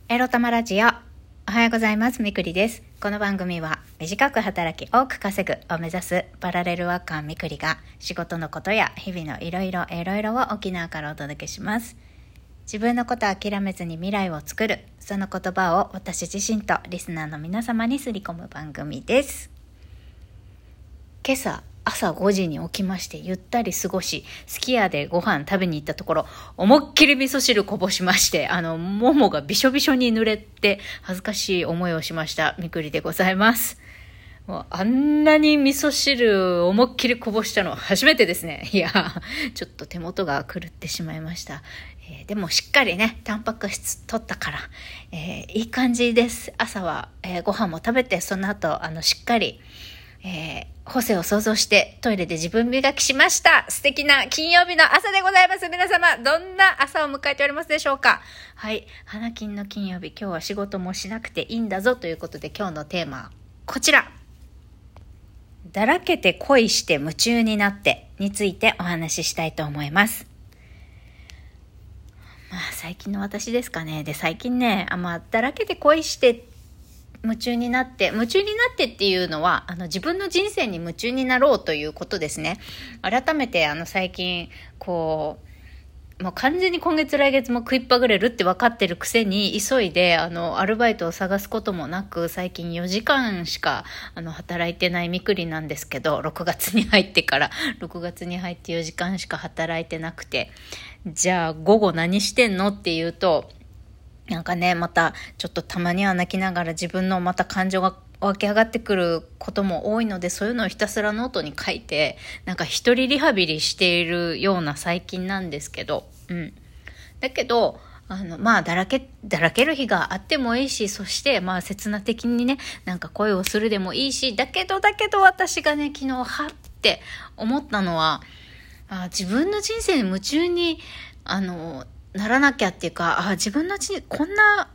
エロ玉ラジオ、おはようございます。みくりです。この番組は短く働き多く稼ぐを目指すパラレルワーカーみくりが仕事のことや日々のいろいろを沖縄からお届けします。自分のことを諦めずに未来を作る、その言葉を私自身とリスナーの皆様にすり込む番組です。今朝朝5時に起きまして、ゆったり過ごし、すき家でご飯食べに行ったところ、思いっきり味噌汁こぼしまして、ももがびしょびしょに濡れて、恥ずかしい思いをしました。みくりでございます。もうあんなに味噌汁思いっきりこぼしたのは初めてですね。いや、ちょっと手元が狂ってしまいました。でもしっかりね、タンパク質取ったから、いい感じです。朝は、ご飯も食べて、その後、しっかり、補正を想像してトイレで自分磨きしました。素敵な金曜日の朝でございます。皆様、どんな朝を迎えておりますでしょうか。はい。花金の金曜日、今日は仕事もしなくていいんだぞということで、今日のテーマはこちら。だらけて恋して夢中になってについてお話ししたいと思います。最近の私ですかね。で、最近ね、だらけて恋して夢中になってっていうのは自分の人生に夢中になろうということですね。改めて最近もう完全に今月来月も食いっぱぐれるって分かってるくせに急いでアルバイトを探すこともなく、最近4時間しか働いてないみくりなんですけど、6月に入って4時間しか働いてなくて、じゃあ午後何してんのっていうと、なんかね、またちょっとたまには泣きながら自分のまた感情が湧き上がってくることも多いので、そういうのをひたすらノートに書いて、なんか一人リハビリしているような最近なんですけど、だけどだらける日があってもいいし、そして刹那的にね、なんか恋をするでもいいし、だけど私がね、昨日はって思ったのは、自分の人生に夢中にならなきゃっていうか、自分のこんな、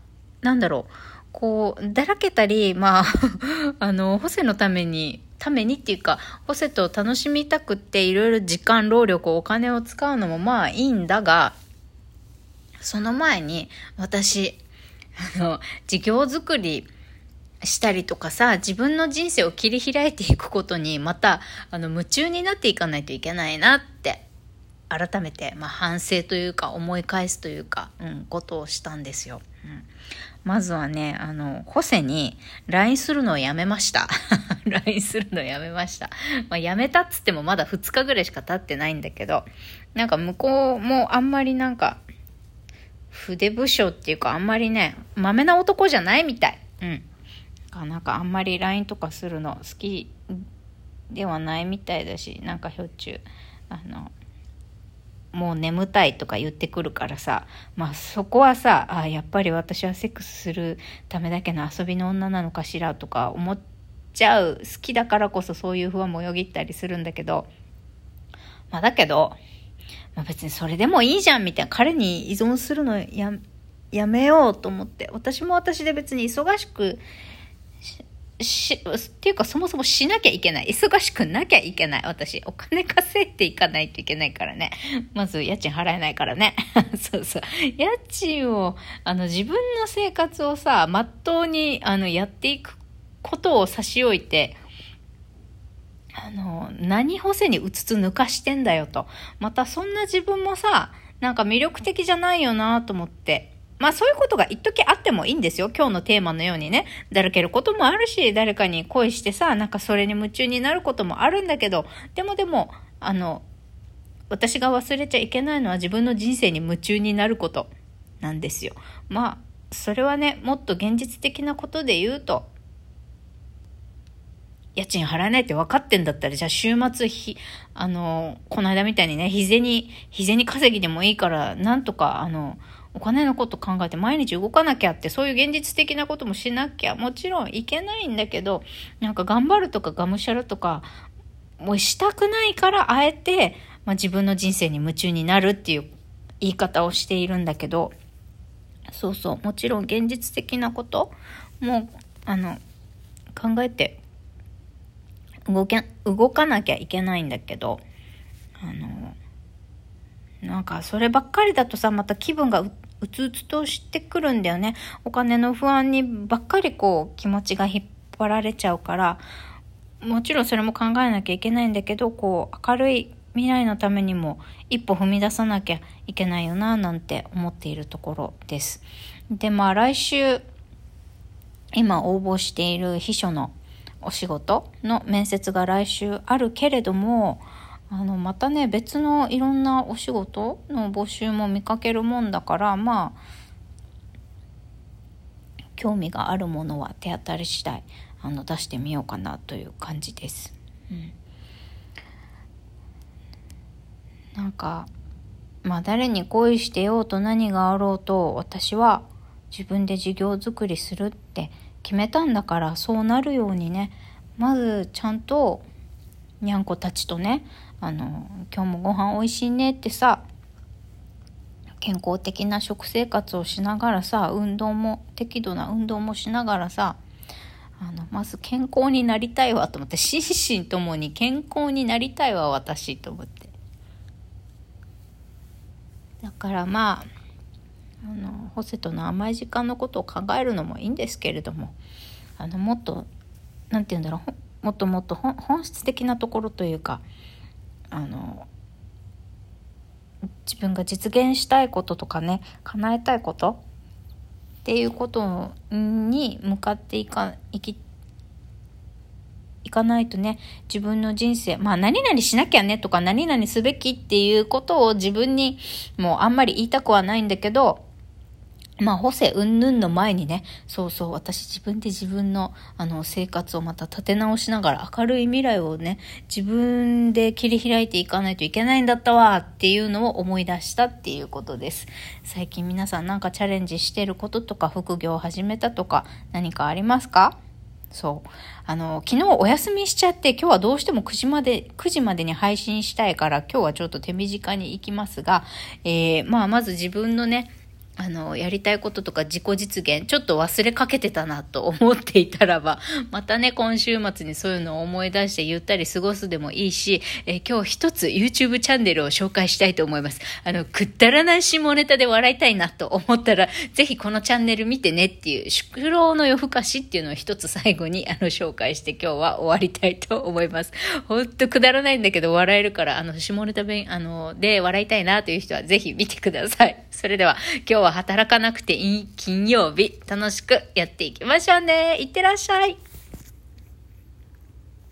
だらけたり、ホセのためにっていうか、ホセと楽しみたくっていろいろ時間、労力、お金を使うのもいいんだが、その前に私、事業作りしたりとかさ、自分の人生を切り開いていくことにまた夢中になっていかないといけないなって改めて、反省というか思い返すというか、ことをしたんですよ。まずはね、ホセに LINE するのをやめました。LINE するのをやめました。やめたっつってもまだ2日ぐらいしか経ってないんだけど、なんか向こうもあんまりなんか、筆不詳っていうか、あんまりね、まめな男じゃないみたい。なんかあんまり LINE とかするの好きではないみたいだし、なんかひょっちゅう、もう眠たいとか言ってくるからさ、そこはさ、やっぱり私はセックスするためだけの遊びの女なのかしらとか思っちゃう。好きだからこそそういう不安もよぎったりするんだけど、だけど、別にそれでもいいじゃんみたいな、彼に依存するのやめようと思って、私も私で別に忙しくっていうか、そもそもしなきゃいけない。忙しくなきゃいけない。私、お金稼いでいかないといけないからね。まず、家賃払えないからね。そうそう。家賃を、自分の生活をさ、まっとうに、やっていくことを差し置いて、何補正にうつつ抜かしてんだよと。また、そんな自分もさ、なんか魅力的じゃないよなと思って、そういうことが一時あってもいいんですよ。今日のテーマのようにね。だらけることもあるし、誰かに恋してさ、なんかそれに夢中になることもあるんだけど、でも、私が忘れちゃいけないのは自分の人生に夢中になることなんですよ。それはね、もっと現実的なことで言うと、家賃払えないって分かってんだったら、じゃあ週末この間みたいにね、日銭稼ぎでもいいから、なんとかお金のこと考えて毎日動かなきゃって、そういう現実的なこともしなきゃもちろんいけないんだけど、なんか頑張るとかがむしゃらとかもうしたくないから、あえて、自分の人生に夢中になるっていう言い方をしているんだけど、そうそう、もちろん現実的なことも考えて動かなきゃいけないんだけど、なんかそればっかりだとさ、また気分がうつうつとしてくるんだよね。お金の不安にばっかりこう気持ちが引っ張られちゃうから、もちろんそれも考えなきゃいけないんだけど、こう明るい未来のためにも一歩踏み出さなきゃいけないよななんて思っているところです。で、来週今応募している秘書のお仕事の面接が来週あるけれども、またね、別のいろんなお仕事の募集も見かけるもんだから、興味があるものは手当たり次第出してみようかなという感じです。なんか誰に恋してようと何があろうと、私は自分で事業作りするって決めたんだから、そうなるようにね、まずちゃんとにゃんこたちとね、今日もご飯おいしいねってさ、健康的な食生活をしながらさ、適度な運動もしながらさ、まず健康になりたいわと思って、心身ともに健康になりたいわ私と思って。だからホセとの甘い時間のことを考えるのもいいんですけれども、もっとなんて言うんだろう、もっともっと本質的なところというか、自分が実現したいこととかね、叶えたいことっていうことに向かっていかないとね、自分の人生、何々しなきゃねとか何々すべきっていうことを自分にもうあんまり言いたくはないんだけど、補正云々の前にね、私自分で自分の生活をまた立て直しながら、明るい未来をね、自分で切り開いていかないといけないんだったわっていうのを思い出したっていうことです。最近皆さんなんかチャレンジしてることとか、副業を始めたとか何かありますか？昨日お休みしちゃって、今日はどうしても9時までに配信したいから、今日はちょっと手短に行きますが、まず自分のね、やりたいこととか自己実現、ちょっと忘れかけてたなと思っていたらば、またね、今週末にそういうのを思い出してゆったり過ごすでもいいし、今日一つ YouTube チャンネルを紹介したいと思います。くったらない下ネタで笑いたいなと思ったら、ぜひこのチャンネル見てねっていう、宿老の夜更かしっていうのを一つ最後に紹介して今日は終わりたいと思います。ほんとくだらないんだけど笑えるから、下ネタで笑いたいなという人はぜひ見てください。それでは今日は働かなくていい金曜日、楽しくやっていきましょうね。いってらっしゃい。